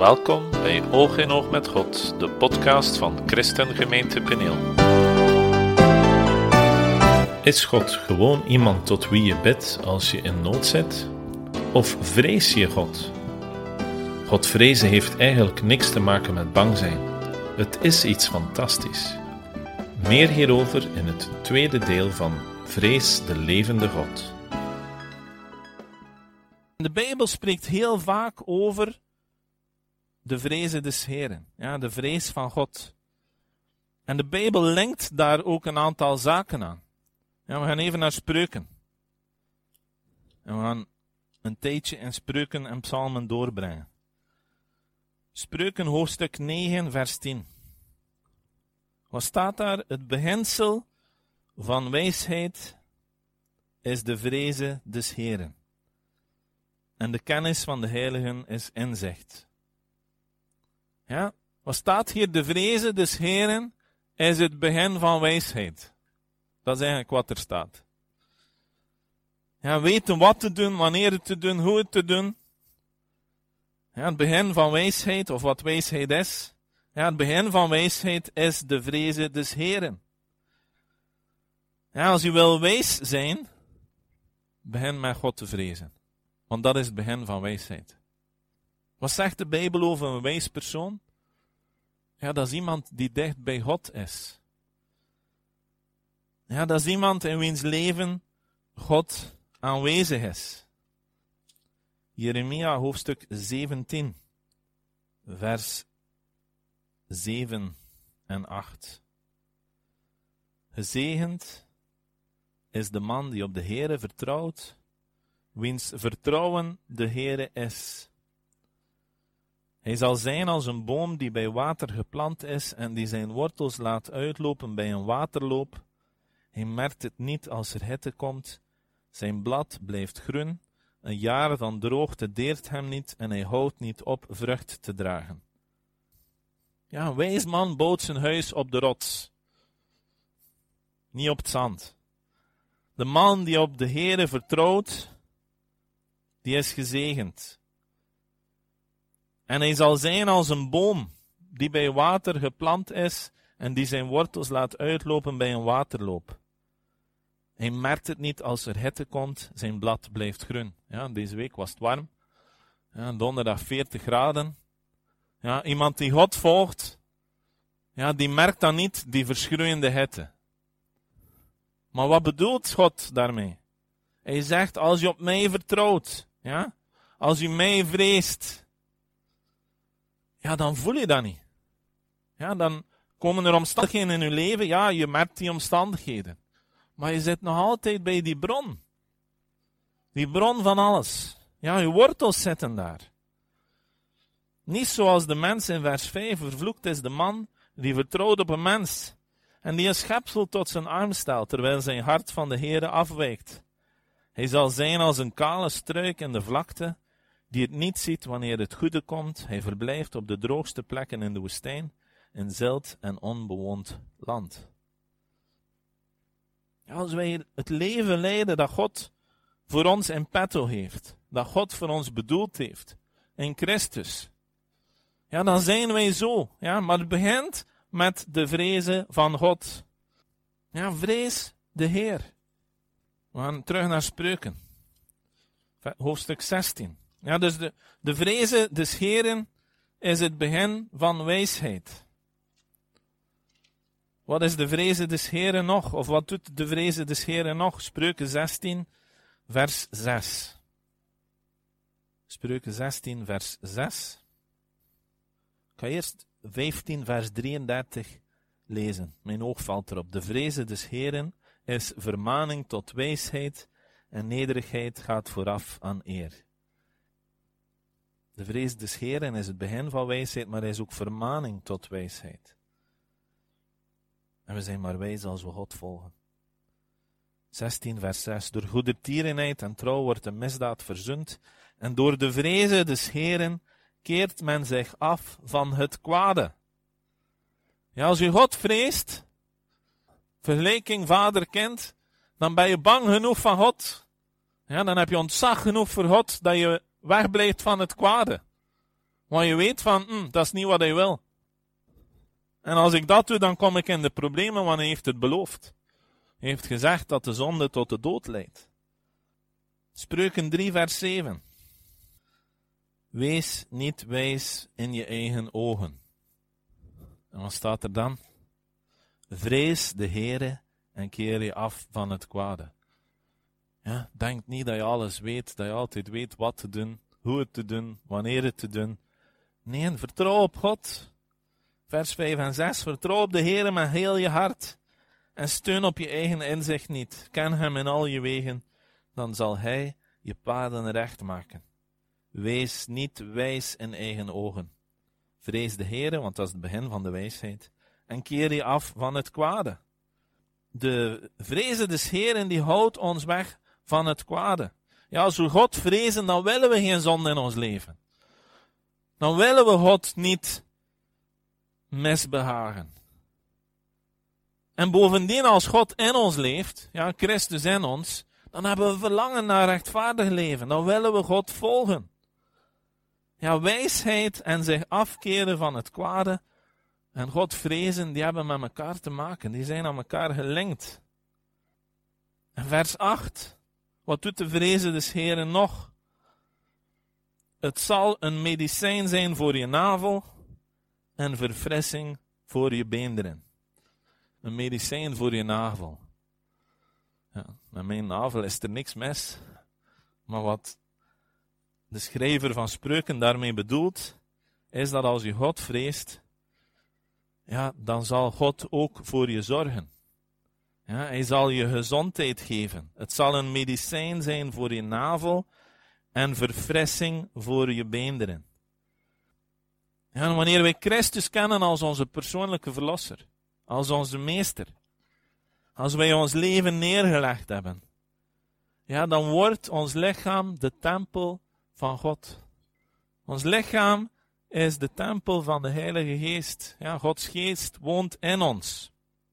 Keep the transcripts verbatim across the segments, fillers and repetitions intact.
Welkom bij Oog in Oog met God, de podcast van Christengemeente Peneel. Is God gewoon iemand tot wie je bidt als je in nood zit? Of vrees je God? God vrezen heeft eigenlijk niks te maken met bang zijn. Het is iets fantastisch. Meer hierover in het tweede deel van Vrees de levende God. De Bijbel spreekt heel vaak over de vrezen des Heren, ja, de vrees van God. En de Bijbel linkt daar ook een aantal zaken aan. Ja, we gaan even naar Spreuken. En we gaan een tijdje in Spreuken en Psalmen doorbrengen. Spreuken hoofdstuk negen, vers tien. Wat staat daar? Het beginsel van wijsheid is de vrezen des Heren. En de kennis van de heiligen is inzicht. Ja, wat staat hier? De vrezen des Heren is het begin van wijsheid. Dat is eigenlijk wat er staat. Ja, weten wat te doen, wanneer het te doen, hoe het te doen. Ja, het begin van wijsheid, of wat wijsheid is. Ja, het begin van wijsheid is de vrezen des Heren. Ja, als u wil wijs zijn, begin met God te vrezen. Want dat is het begin van wijsheid. Wat zegt de Bijbel over een wijs persoon? Ja, dat is iemand die dicht bij God is. Ja, dat is iemand in wiens leven God aanwezig is. Jeremia hoofdstuk zeventien, vers zeven en acht. Gezegend is de man die op de Heere vertrouwt, wiens vertrouwen de Heere is. Hij zal zijn als een boom die bij water geplant is en die zijn wortels laat uitlopen bij een waterloop. Hij merkt het niet als er hitte komt. Zijn blad blijft groen. Een jaar van droogte deert hem niet en hij houdt niet op vrucht te dragen. Ja, een wijs man bouwt zijn huis op de rots. Niet op het zand. De man die op de Heere vertrouwt, die is gezegend. En hij zal zijn als een boom die bij water geplant is en die zijn wortels laat uitlopen bij een waterloop. Hij merkt het niet als er hitte komt, zijn blad blijft groen. Ja, deze week was het warm. Ja, donderdag veertig graden. Ja, iemand die God volgt, ja, die merkt dan niet die verschroeiende hitte. Maar wat bedoelt God daarmee? Hij zegt, als je op mij vertrouwt, ja, als je mij vreest, ja, dan voel je dat niet. Ja, dan komen er omstandigheden in je leven, ja, je merkt die omstandigheden. Maar je zit nog altijd bij die bron. Die bron van alles. Ja, je wortels zitten daar. Niet zoals de mens in vers vijf, vervloekt is de man die vertrouwt op een mens. En die een schepsel tot zijn arm stelt, terwijl zijn hart van de Heere afwijkt. Hij zal zijn als een kale struik in de vlakte, die het niet ziet wanneer het goede komt. Hij verblijft op de droogste plekken in de woestijn, in zilt en onbewoond land. Ja, als wij het leven leiden dat God voor ons in petto heeft, dat God voor ons bedoeld heeft, in Christus, ja, dan zijn wij zo. Ja, maar het begint met de vrezen van God. Ja, vrees de Heer. We gaan terug naar Spreuken, hoofdstuk zestien. Ja, dus de, de vrezen des Heren is het begin van wijsheid. Wat is de vrezen des Heren nog? Of wat doet de vrezen des Heren nog? Spreuken zestien, vers zes. Spreuken zestien, vers zes. Ik ga eerst vijftien, vers drieëndertig lezen. Mijn oog valt erop. De vrezen des Heren is vermaning tot wijsheid en nederigheid gaat vooraf aan eer. De vrees des Heren is het begin van wijsheid, maar hij is ook vermaning tot wijsheid. En we zijn maar wijs als we God volgen. zestien vers zes. Door goedertierenheid en trouw wordt de misdaad verzoend, en door de vrezen des Heren keert men zich af van het kwade. Ja, als je God vreest, vergelijking vader-kind, dan ben je bang genoeg van God. Ja, dan heb je ontzag genoeg voor God, dat je wegblijft van het kwade. Want je weet van, hm, dat is niet wat hij wil. En als ik dat doe, dan kom ik in de problemen, want hij heeft het beloofd. Hij heeft gezegd dat de zonde tot de dood leidt. Spreuken drie vers zeven. Wees niet wijs in je eigen ogen. En wat staat er dan? Vrees de Heere en keer je af van het kwade. Ja, denk niet dat je alles weet, dat je altijd weet wat te doen, hoe het te doen, wanneer het te doen. Nee, vertrouw op God. Vers vijf en zes. Vertrouw op de Heere met heel je hart. En steun op je eigen inzicht niet. Ken hem in al je wegen. Dan zal hij je paden recht maken. Wees niet wijs in eigen ogen. Vrees de Heere, want dat is het begin van de wijsheid. En keer je af van het kwade. De vrezen des Heeren die houdt ons weg van het kwade. Ja, als we God vrezen, dan willen we geen zonde in ons leven. Dan willen we God niet misbehagen. En bovendien, als God in ons leeft, ja, Christus in ons, dan hebben we verlangen naar rechtvaardig leven. Dan willen we God volgen. Ja, wijsheid en zich afkeren van het kwade en God vrezen, die hebben met elkaar te maken. Die zijn aan elkaar gelinkt. En vers acht. Wat doet de vrezen des Heeren nog? Het zal een medicijn zijn voor je navel en verfrissing voor je beenderen. Een medicijn voor je navel. Ja, met mijn navel is er niks mis. Maar wat de schrijver van Spreuken daarmee bedoelt, is dat als je God vreest, ja, dan zal God ook voor je zorgen. Ja, hij zal je gezondheid geven. Het zal een medicijn zijn voor je navel en verfrissing voor je beenderen. Ja, en wanneer wij Christus kennen als onze persoonlijke verlosser, als onze meester, als wij ons leven neergelegd hebben, ja, dan wordt ons lichaam de tempel van God. Ons lichaam is de tempel van de Heilige Geest. Ja, Gods Geest woont in ons.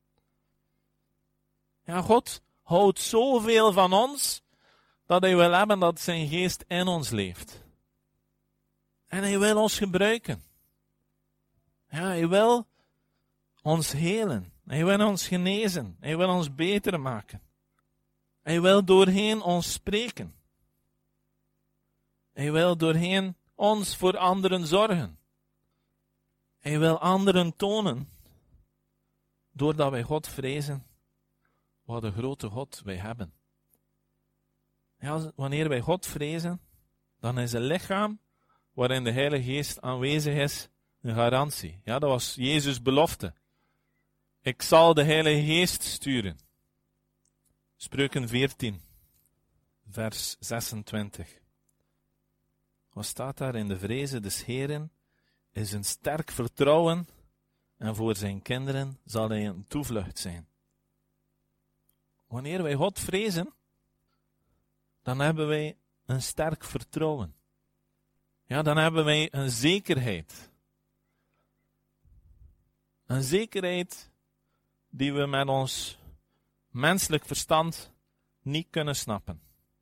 Ja, God houdt zoveel van ons, dat hij wil hebben dat zijn Geest in ons leeft. En hij wil ons gebruiken. Ja, hij wil ons helen. Hij wil ons genezen. Hij wil ons beter maken. Hij wil doorheen ons spreken. Hij wil doorheen ons voor anderen zorgen. Hij wil anderen tonen, doordat wij God vrezen, wat een grote God wij hebben. Ja, wanneer wij God vrezen, dan is een lichaam waarin de Heilige Geest aanwezig is, een garantie. Ja, dat was Jezus' belofte. Ik zal de Heilige Geest sturen. Spreuken veertien, vers zesentwintig. Wat staat daar? In de vrezen des Heeren is een sterk vertrouwen en voor zijn kinderen zal hij een toevlucht zijn. Wanneer wij God vrezen, dan hebben wij een sterk vertrouwen. Ja, dan hebben wij een zekerheid. Een zekerheid die we met ons menselijk verstand niet kunnen snappen.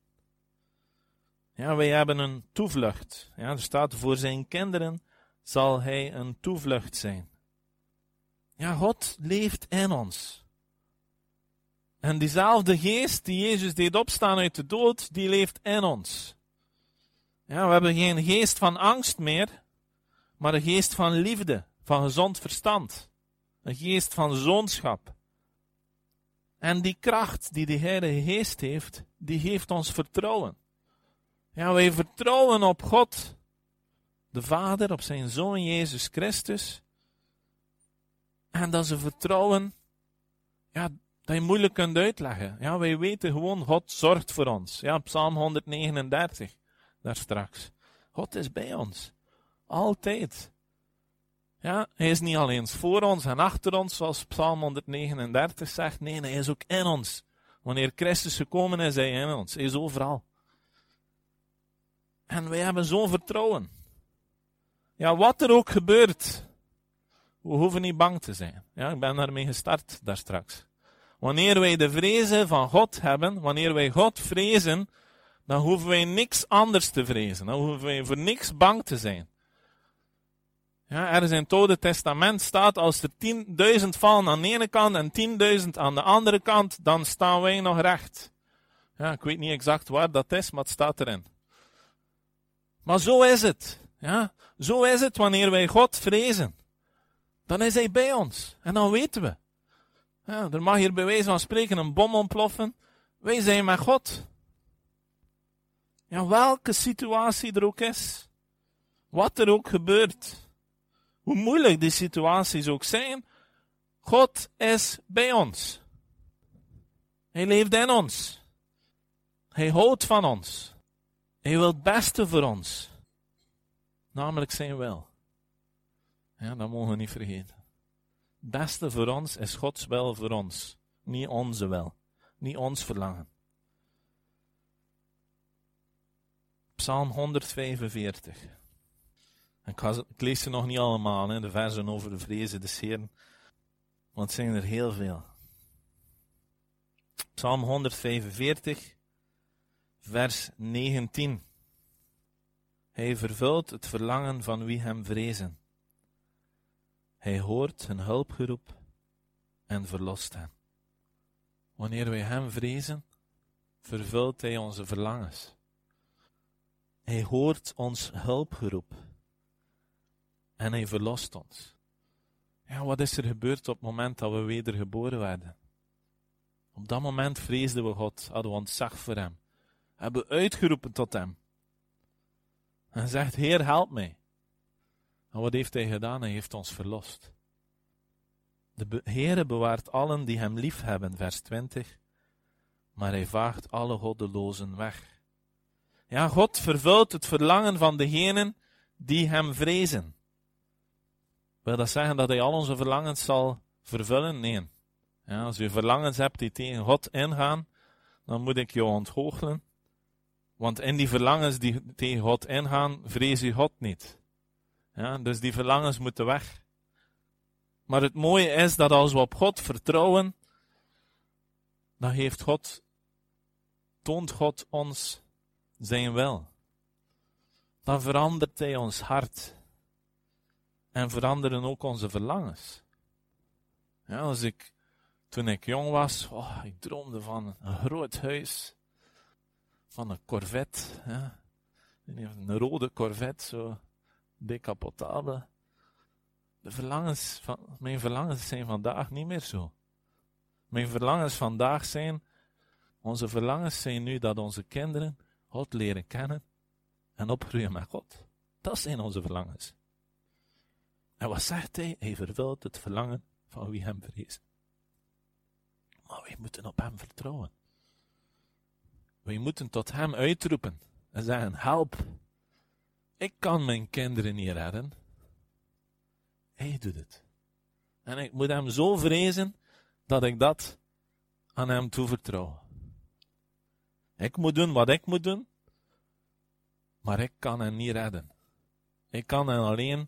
Ja, wij hebben een toevlucht. Ja, er staat, voor zijn kinderen zal hij een toevlucht zijn. Ja, God leeft in ons. En diezelfde geest die Jezus deed opstaan uit de dood, die leeft in ons. Ja, we hebben geen geest van angst meer, maar een geest van liefde, van gezond verstand. Een geest van zoonschap. En die kracht die de Heilige Geest heeft, die geeft ons vertrouwen. Ja, wij vertrouwen op God, de Vader, op zijn Zoon Jezus Christus. En dat is een vertrouwen, ja, dat je moeilijk kunt uitleggen. Ja, wij weten gewoon, God zorgt voor ons. Ja, Psalm honderdnegenendertig, daar straks. God is bij ons. Altijd. Ja, hij is niet alleen voor ons en achter ons, zoals Psalm honderdnegenendertig zegt. Nee, hij is ook in ons. Wanneer Christus gekomen is, is hij in ons. Hij is overal. En wij hebben zo'n vertrouwen. Ja, wat er ook gebeurt, we hoeven niet bang te zijn. Ja, ik ben daarmee gestart, daar straks. Wanneer wij de vrezen van God hebben, wanneer wij God vrezen, dan hoeven wij niks anders te vrezen. Dan hoeven wij voor niks bang te zijn. Ja, er is in het Oude Testament staat, als er tienduizend vallen aan de ene kant en tienduizend aan de andere kant, dan staan wij nog recht. Ja, ik weet niet exact waar dat is, maar het staat erin. Maar zo is het. Ja, zo is het wanneer wij God vrezen. Dan is hij bij ons. En dan weten we. Ja, er mag hier bij wijze van spreken een bom ontploffen. Wij zijn met God. Ja, welke situatie er ook is. Wat er ook gebeurt. Hoe moeilijk die situaties ook zijn. God is bij ons. Hij leeft in ons. Hij houdt van ons. Hij wil het beste voor ons. Namelijk zijn wil. Ja, dat mogen we niet vergeten. Het beste voor ons is Gods wil voor ons. Niet onze wil. Niet ons verlangen. Psalm honderdvijfenveertig. En ik, ga, ik lees ze nog niet allemaal, hè, de versen over de vrezen des Heeren. Want het zijn er heel veel. Psalm honderdvijfenveertig, vers negentien. Hij vervult het verlangen van wie hem vrezen. Hij hoort hun hulpgeroep en verlost hen. Wanneer wij hem vrezen, vervult hij onze verlangens. Hij hoort ons hulpgeroep en hij verlost ons. Ja, wat is er gebeurd op het moment dat we wedergeboren werden? Op dat moment vreesden we God, hadden we ontzag voor hem. Hebben we uitgeroepen tot hem. En zegt, Heer, help mij. En wat heeft hij gedaan? Hij heeft ons verlost. De be- Heere bewaart allen die hem lief hebben, vers twintig. Maar hij vaagt alle goddelozen weg. Ja, God vervult het verlangen van degenen die hem vrezen. Wil dat zeggen dat hij al onze verlangens zal vervullen? Nee. Ja, als je verlangens hebt die tegen God ingaan, dan moet ik jou ontgoochelen. Want in die verlangens die tegen God ingaan, vrees je God niet. Ja, dus die verlangens moeten weg. Maar het mooie is dat als we op God vertrouwen, dan heeft God, toont God ons zijn wil. Dan verandert hij ons hart. En veranderen ook onze verlangens. Ja, als ik, toen ik jong was, oh, ik droomde van een groot huis. Van een Corvette. Ja. Een rode Corvette, zo decapotable. De verlangens van, mijn verlangens zijn vandaag niet meer zo. Mijn verlangens vandaag zijn, onze verlangens zijn nu dat onze kinderen God leren kennen en opgroeien met God. Dat zijn onze verlangens. En wat zegt hij? Hij vervult het verlangen van wie hem vreest. Maar wij moeten op hem vertrouwen. Wij moeten tot hem uitroepen en zeggen, help. Ik kan mijn kinderen niet redden. Hij doet het. En ik moet hem zo vrezen dat ik dat aan hem toevertrouw. Ik moet doen wat ik moet doen, maar ik kan hen niet redden. Ik kan hen alleen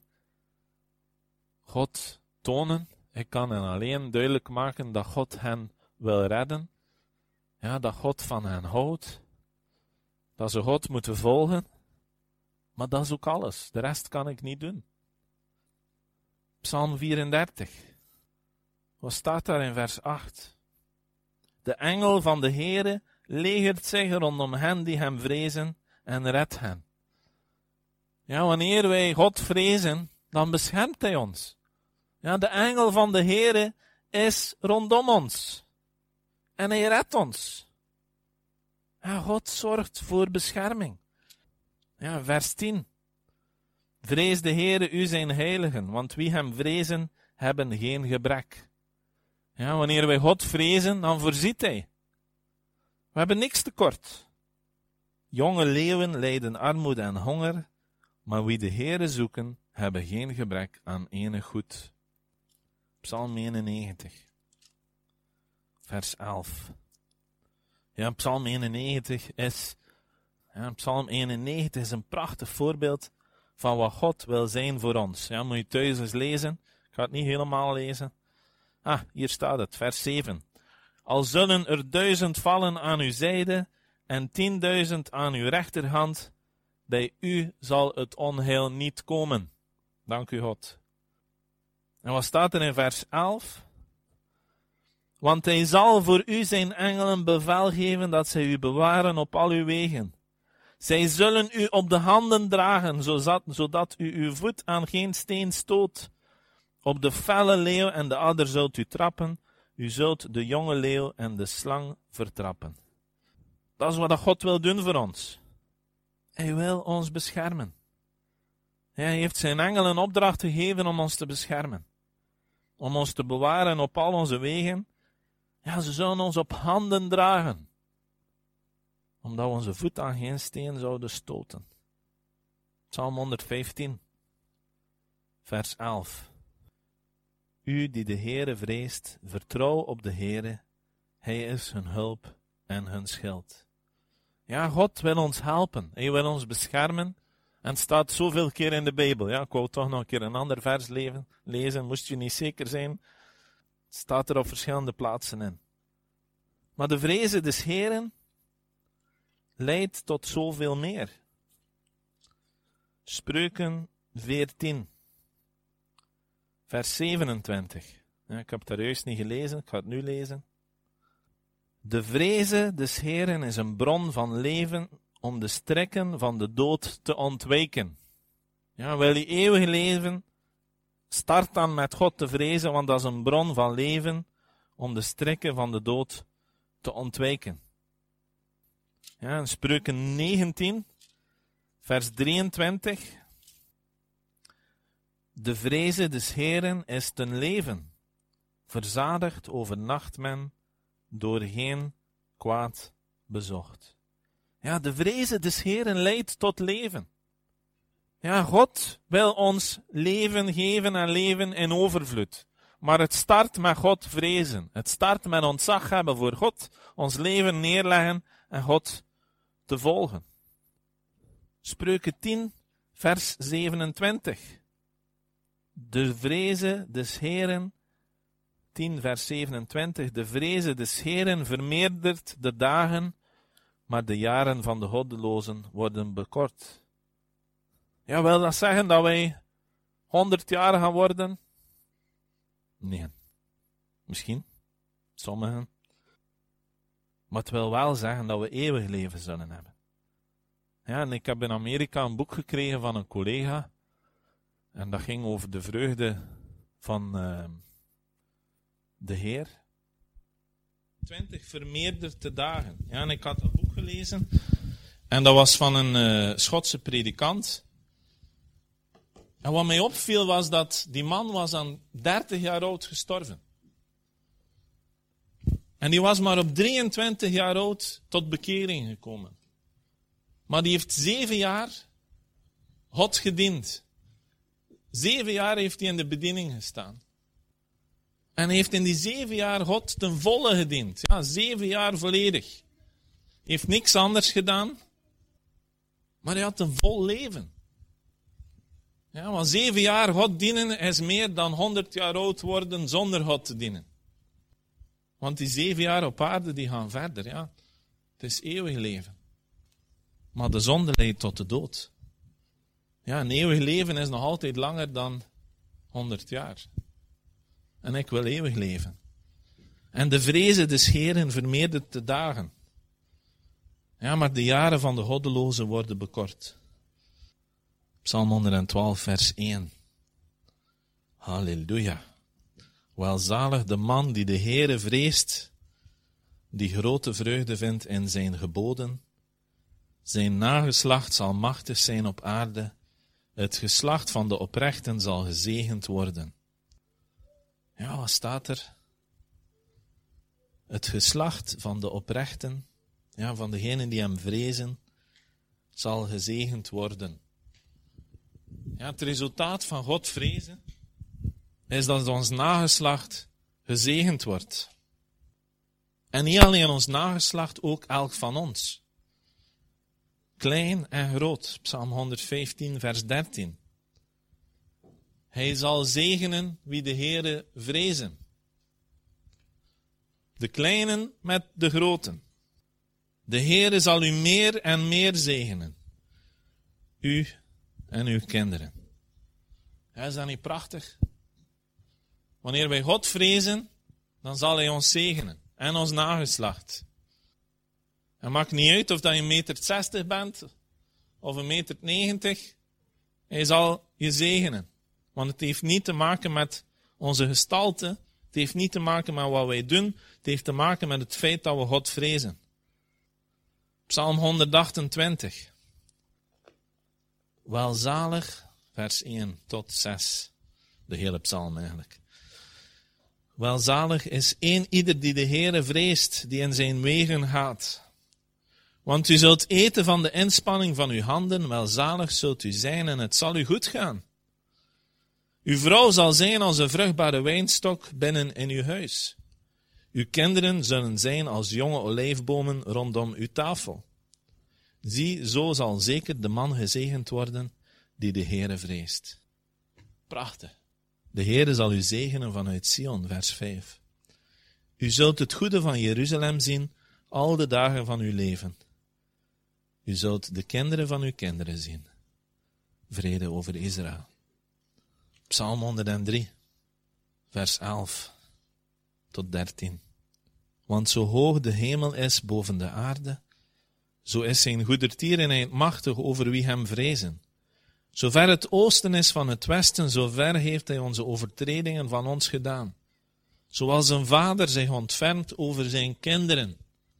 God tonen. Ik kan hen alleen duidelijk maken dat God hen wil redden. Ja, dat God van hen houdt. Dat ze God moeten volgen. Maar dat is ook alles. De rest kan ik niet doen. Psalm vierendertig. Wat staat daar in vers acht? De engel van de Heere legert zich rondom hen die hem vrezen en redt hen. Ja, wanneer wij God vrezen, dan beschermt hij ons. Ja, de engel van de Heere is rondom ons. En hij redt ons. Ja, God zorgt voor bescherming. Ja, vers tien. Vrees de Heere, u zijn heiligen, want wie hem vrezen, hebben geen gebrek. Ja, wanneer wij God vrezen, dan voorziet hij. We hebben niks tekort. Jonge leeuwen lijden armoede en honger, maar wie de Heere zoeken, hebben geen gebrek aan enig goed. Psalm eenennegentig. Vers elf. Ja, Psalm eenennegentig is, ja, Psalm eenennegentig is een prachtig voorbeeld van wat God wil zijn voor ons. Ja, moet je thuis eens lezen. Ik ga het niet helemaal lezen. Ah, hier staat het, vers zeven. Al zullen er duizend vallen aan uw zijde en tienduizend aan uw rechterhand, bij u zal het onheil niet komen. Dank u, God. En wat staat er in vers elf? Want hij zal voor u zijn engelen bevel geven dat zij u bewaren op al uw wegen. Zij zullen u op de handen dragen, zodat, zodat u uw voet aan geen steen stoot. Op de felle leeuw en de adder zult u trappen. U zult de jonge leeuw en de slang vertrappen. Dat is wat God wil doen voor ons. Hij wil ons beschermen. Hij heeft zijn engelen opdracht gegeven om ons te beschermen. Om ons te bewaren op al onze wegen. Ja, ze zullen ons op handen dragen. Omdat we onze voet aan geen steen zouden stoten. Psalm honderdvijftien, vers elf. U die de Heere vreest, vertrouw op de Heere. Hij is hun hulp en hun schild. Ja, God wil ons helpen. Hij wil ons beschermen. En het staat zoveel keer in de Bijbel. Ja, ik wou toch nog een keer een ander vers leven, lezen. Moest je niet zeker zijn. Het staat er op verschillende plaatsen in. Maar de vreze des Heeren leidt tot zoveel meer. Spreuken veertien, vers zevenentwintig. Ja, ik heb het daar juist niet gelezen, ik ga het nu lezen. De vreze des Heeren is een bron van leven om de strikken van de dood te ontwijken. Ja, wil je eeuwig leven? Start dan met God te vrezen, want dat is een bron van leven om de strikken van de dood te ontwijken. Ja, in Spreuken negentien, vers drieëntwintig. De vreze des Heeren is ten leven. Verzadigd overnacht men, door geen kwaad bezocht. Ja, de vreze des Heeren leidt tot leven. Ja, God wil ons leven geven en leven in overvloed. Maar het start met God vrezen. Het start met ontzag hebben voor God, ons leven neerleggen en God te volgen. Spreuken tien, vers zevenentwintig. De vreze des Heeren, tien vers zevenentwintig, de vreze des Heeren vermeerdert de dagen, maar de jaren van de goddelozen worden bekort. Ja, wil dat zeggen dat wij honderd jaar gaan worden? Nee. Misschien. Sommigen. Maar het wil wel zeggen dat we eeuwig leven zullen hebben. Ja, en ik heb in Amerika een boek gekregen van een collega. En dat ging over de vreugde van uh, de Heer. twintig vermeerderde dagen. Ja, en ik had dat boek gelezen. En dat was van een uh, Schotse predikant. En wat mij opviel was dat die man was aan dertig jaar oud gestorven. En die was maar op drieëntwintig jaar oud tot bekering gekomen. Maar die heeft zeven jaar God gediend. Zeven jaar heeft hij in de bediening gestaan. En hij heeft in die zeven jaar God ten volle gediend. Ja, zeven jaar volledig. Hij heeft niks anders gedaan. Maar hij had een vol leven. Ja, want zeven jaar God dienen is meer dan honderd jaar oud worden zonder God te dienen. Want die zeven jaar op aarde, die gaan verder, ja. Het is eeuwig leven. Maar de zonde leidt tot de dood. Ja, een eeuwig leven is nog altijd langer dan honderd jaar. En ik wil eeuwig leven. En de vreze des Heeren vermeerdert de dagen. Ja, maar de jaren van de goddelozen worden bekort. Psalm honderdtwaalf, vers één. Halleluja. Welzalig de man die de Heere vreest, die grote vreugde vindt in zijn geboden. Zijn nageslacht zal machtig zijn op aarde. Het geslacht van de oprechten zal gezegend worden. Ja, wat staat er? Het geslacht van de oprechten, ja, van degenen die hem vrezen, zal gezegend worden. Ja, het resultaat van God vrezen is dat ons nageslacht gezegend wordt. En niet alleen ons nageslacht, ook elk van ons. Klein en groot, Psalm honderdvijftien, vers dertien. Hij zal zegenen wie de Heere vrezen. De kleinen met de groten. De Heere zal u meer en meer zegenen. U en uw kinderen. Ja, is dat niet prachtig? Wanneer wij God vrezen, dan zal hij ons zegenen. En ons nageslacht. Het maakt niet uit of dat je een meter zestig bent, of een meter negentig. Hij zal je zegenen. Want het heeft niet te maken met onze gestalte. Het heeft niet te maken met wat wij doen. Het heeft te maken met het feit dat we God vrezen. Psalm honderdachtentwintig. Welzalig, vers één tot zes. De hele psalm eigenlijk. Welzalig is één ieder die de Heere vreest, die in zijn wegen gaat. Want u zult eten van de inspanning van uw handen, welzalig zult u zijn en het zal u goed gaan. Uw vrouw zal zijn als een vruchtbare wijnstok binnen in uw huis. Uw kinderen zullen zijn als jonge olijfbomen rondom uw tafel. Zie, zo zal zeker de man gezegend worden die de Heere vreest. Prachtig. De Heere zal u zegenen vanuit Sion, vers vijf. U zult het goede van Jeruzalem zien al de dagen van uw leven. U zult de kinderen van uw kinderen zien. Vrede over Israël. Psalm honderddrie, vers elf tot dertien. Want zo hoog de hemel is boven de aarde, zo is zijn goedertierenheid machtig over wie hem vrezen. Zover het oosten is van het westen, zover heeft hij onze overtredingen van ons gedaan. Zoals een vader zich ontfermt over zijn kinderen,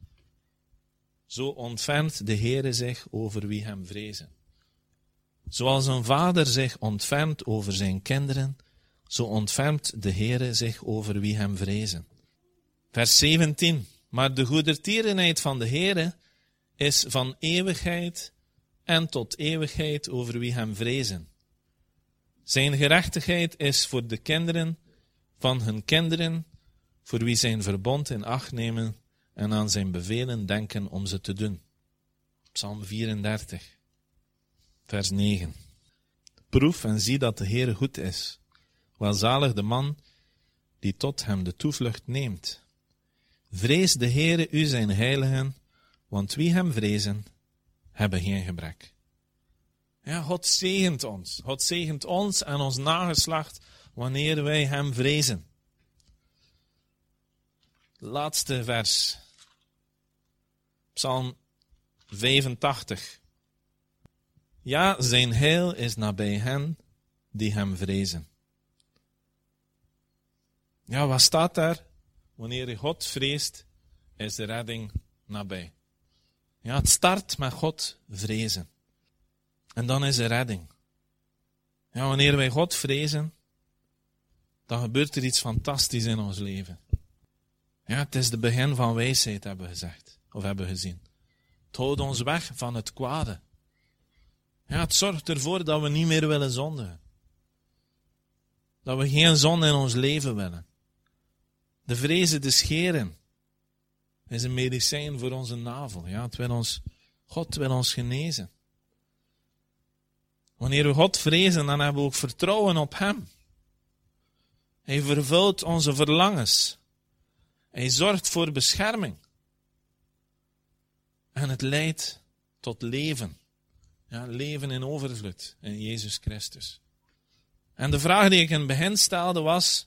zo ontfermt de Heere zich over wie hem vrezen. Zoals een vader zich ontfermt over zijn kinderen, zo ontfermt de Heere zich over wie hem vrezen. Vers zeventien. Maar de goedertierenheid van de Heere is van eeuwigheid en tot eeuwigheid over wie hem vrezen. Zijn gerechtigheid is voor de kinderen van hun kinderen, voor wie zijn verbond in acht nemen en aan zijn bevelen denken om ze te doen. Psalm vierendertig, vers negen. Proef en zie dat de Heere goed is. Welzalig de man die tot hem de toevlucht neemt. Vrees de Heere u zijn heiligen, want wie hem vrezen, hebben geen gebrek. Ja, God zegent ons. God zegent ons en ons nageslacht wanneer wij hem vrezen. Laatste vers. Psalm vijfentachtig. Ja, zijn heil is nabij hen die hem vrezen. Ja, wat staat daar? Wanneer je God vreest, is de redding nabij. Ja, het start met God vrezen. En dan is er redding. Ja, wanneer wij God vrezen, dan gebeurt er iets fantastisch in ons leven. Ja, het is de begin van wijsheid, hebben we gezegd, of hebben we gezien. Het houdt ons weg van het kwade. Ja, het zorgt ervoor dat we niet meer willen zondigen. Dat we geen zonde in ons leven willen. De vrezen de scheren is een medicijn voor onze navel. Ja, het wil ons, God wil ons genezen. Wanneer we God vrezen, dan hebben we ook vertrouwen op hem. Hij vervult onze verlangens. Hij zorgt voor bescherming. En het leidt tot leven. Ja, leven in overvloed in Jezus Christus. En de vraag die ik in het begin stelde was: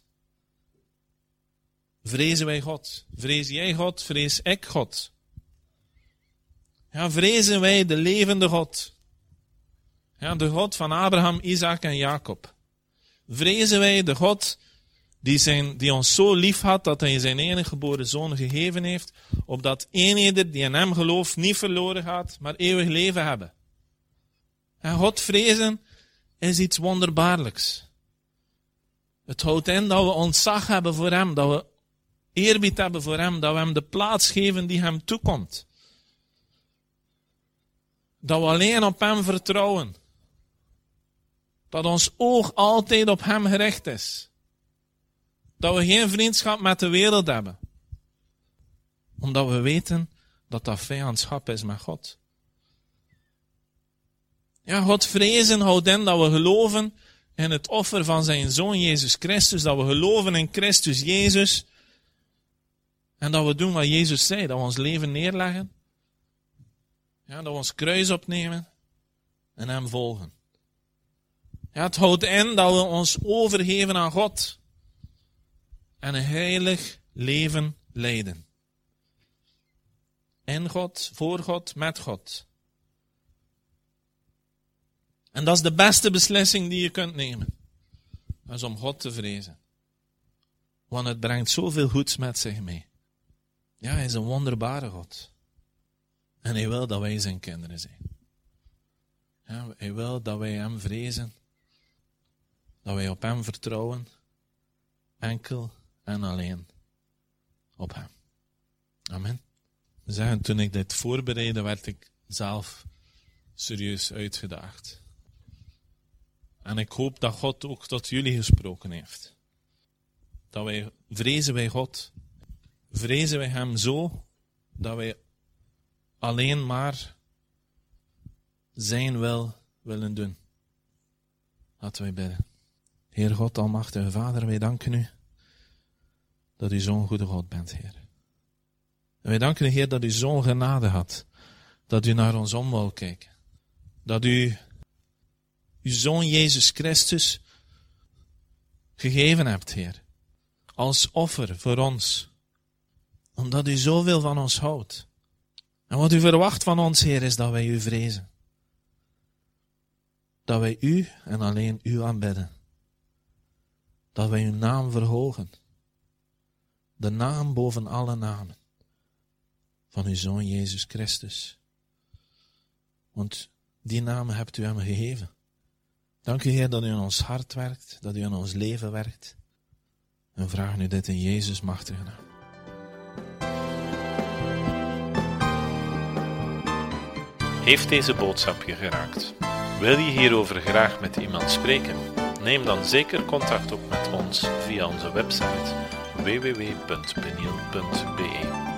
vrezen wij God? Vrees jij God? Vrees ik God? Ja, vrezen wij de levende God? Ja, de God van Abraham, Isaac en Jacob. Vrezen wij de God die, zijn, die ons zo lief had dat hij zijn enige geboren zoon gegeven heeft, opdat een ieder die in hem gelooft niet verloren gaat, maar eeuwig leven hebben. En God vrezen is iets wonderbaarlijks. Het houdt in dat we ontzag hebben voor hem, dat we eerbied hebben voor hem, dat we hem de plaats geven die hem toekomt. Dat we alleen op hem vertrouwen. Dat ons oog altijd op hem gericht is. Dat we geen vriendschap met de wereld hebben. Omdat we weten dat dat vijandschap is met God. Ja, God vrezen houdt in dat we geloven in het offer van zijn Zoon Jezus Christus. Dat we geloven in Christus Jezus. En dat we doen wat Jezus zei. Dat we ons leven neerleggen. Ja, dat we ons kruis opnemen en hem volgen. Ja, het houdt in dat we ons overgeven aan God. En een heilig leven leiden. In God, voor God, met God. En dat is de beste beslissing die je kunt nemen. Dat is om God te vrezen. Want het brengt zoveel goeds met zich mee. Ja, hij is een wonderbare God. En hij wil dat wij zijn kinderen zijn. Ja, hij wil dat wij hem vrezen. Dat wij op hem vertrouwen. Enkel en alleen op hem. Amen. We zeggen, toen ik dit voorbereidde, werd ik zelf serieus uitgedaagd. En ik hoop dat God ook tot jullie gesproken heeft. Dat wij vrezen wij God. Vrezen wij hem zo, dat wij alleen maar zijn wil willen doen. Laten wij bidden. Heer God, almachtige Vader, wij danken u dat u zo'n goede God bent, Heer. En wij danken u, Heer, dat u zo'n genade had, dat u naar ons om wou kijken. Dat u uw Zoon Jezus Christus gegeven hebt, Heer. Als offer voor ons. Omdat u zoveel van ons houdt. En wat u verwacht van ons, Heer, is dat wij u vrezen. Dat wij u en alleen u aanbidden. Dat wij uw naam verhogen. De naam boven alle namen. Van uw Zoon Jezus Christus. Want die naam hebt u hem gegeven. Dank u, Heer, dat u in ons hart werkt. Dat u in ons leven werkt. En vraag nu dit in Jezus' machtige naam. Heeft deze boodschap je geraakt? Wil je hierover graag met iemand spreken? Neem dan zeker contact op met ons via onze website w w w punt peniel punt b e.